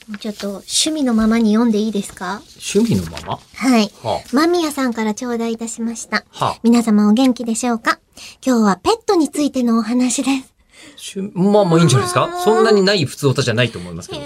ちょっと趣味のままに読んでいいですか？ 趣味のまま？ はい。 は間宮さんから頂戴いたしました。 は皆様お元気でしょうか？今日はペットについてのお話です。 まあまあいいんじゃないですか。そんなにない普通オタじゃないと思いますけど。 はい。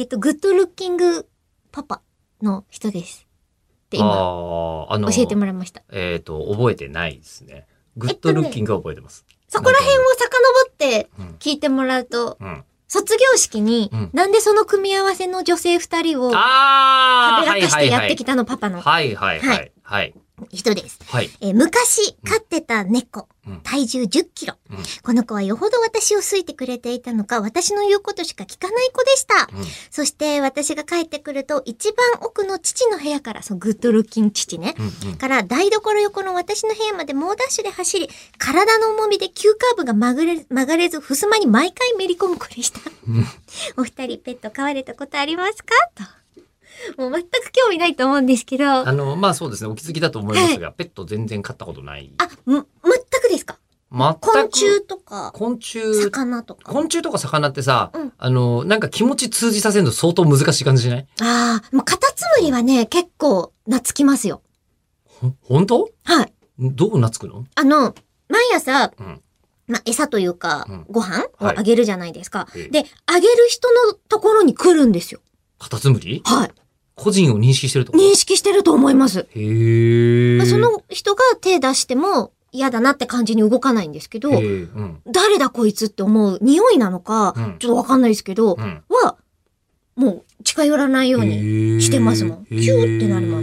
グッドルッキングパパの人です。って今、教えてもらいました。 覚えてないですね。グッドルッキングは覚えてます。 そこら辺を遡って聞いてもらうと、卒業式に、なんでその組み合わせの女性2人を、はべらかしてやってきたのパパの。人です。 はい。 昔飼ってた猫、体重10キロ。この子はよほど私を好いてくれていたのか、私の言うことしか聞かない子でした。そして私が帰ってくると、一番奥の父の部屋から、そのグッドルッキン父ね、から台所横の私の部屋まで猛ダッシュで走り、体の重みで急カーブが曲がれず、襖に毎回めり込む子でした。お二人ペット飼われたことありますか？と。もう全く興味ないと思うんですけど。 まあそうですね。お気づきだと思いますが、ペット全然飼ったことない。 全くですか？ 全く。 昆虫とか。魚とか。 昆虫とか魚ってさ、なんか気持ち通じさせるの相当難しい感じしない？ もうカタツムリはね、結構懐きますよ。 本当？ はい。 どう懐くの？ 毎朝、餌というか、ご飯をあげるじゃないですか。で、あげる人のところに来るんですよ。 カタツムリ？ はい。 個人を認識してると？ 認識してると思います。 へー。 その人が手出しても嫌だなって感じに動かないんですけど、誰だこいつって思う匂いなのか、ちょっとわかんないですけど、は、もう近寄らないようにしてますもん。キューってなります。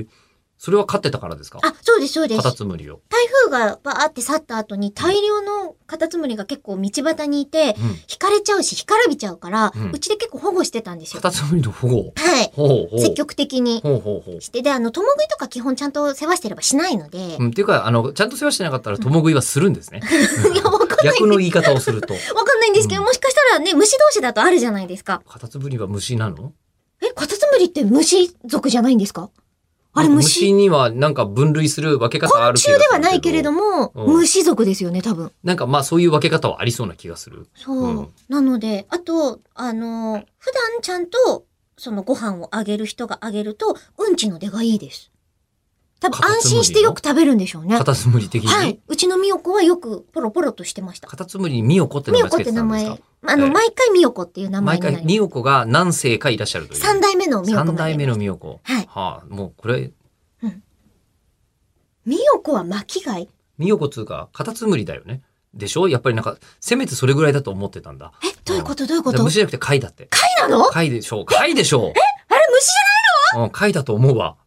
それは飼ってたからですか？ そうです、そうです。 カタツムリを。 台風がバーって去った後に大量のカタツムリが結構道端にいて、惹かれちゃうし、干からびちゃうから、うちで結構保護してたんですよ。 カタツムリの保護？ はい。積極的にして。で、共食いとか基本ちゃんと世話してればしないので。 っていうか、ちゃんと世話してなかったら共食いはするんですね。 いや、わかんない。 逆の言い方をすると。 わかんないんですけど、もしかしたらね、虫同士だとあるじゃないですか。 カタツムリは虫なの？ カタツムリって虫属じゃないんですか？あれ虫にはなんか分類する分け方あるけど。 昆虫ではないけれども、虫属ですよね、多分。 なんかまあそういう分け方はありそうな気がする。 そう。なので、あと、普段ちゃんと、そのご飯をあげる人があげると、うんちの出がいいです。多分安心してよく食べるんでしょうね。 カタツムリ的に？ はい。うちのミヨコはよくポロポロとしてました。 カタツムリにミヨコって名前つけてたんですか？ ミヨコって名前。毎回ミヨコっていう名前になります。 毎回ミヨコが何世かいらっしゃるという。 3代目のミヨコ。 3代目のミヨコ。 はい。 はあ、もうこれ。 ミヨコは巻き貝？ ミヨコつうか、カタツムリだよね。でしょ？やっぱりなんか、せめてそれぐらいだと思ってたんだ。 どういうこと？どういうこと？ 虫じゃなくて貝だって。 貝なの？ 貝でしょう。貝でしょう。 あれ虫じゃないの？ 貝だと思うわ。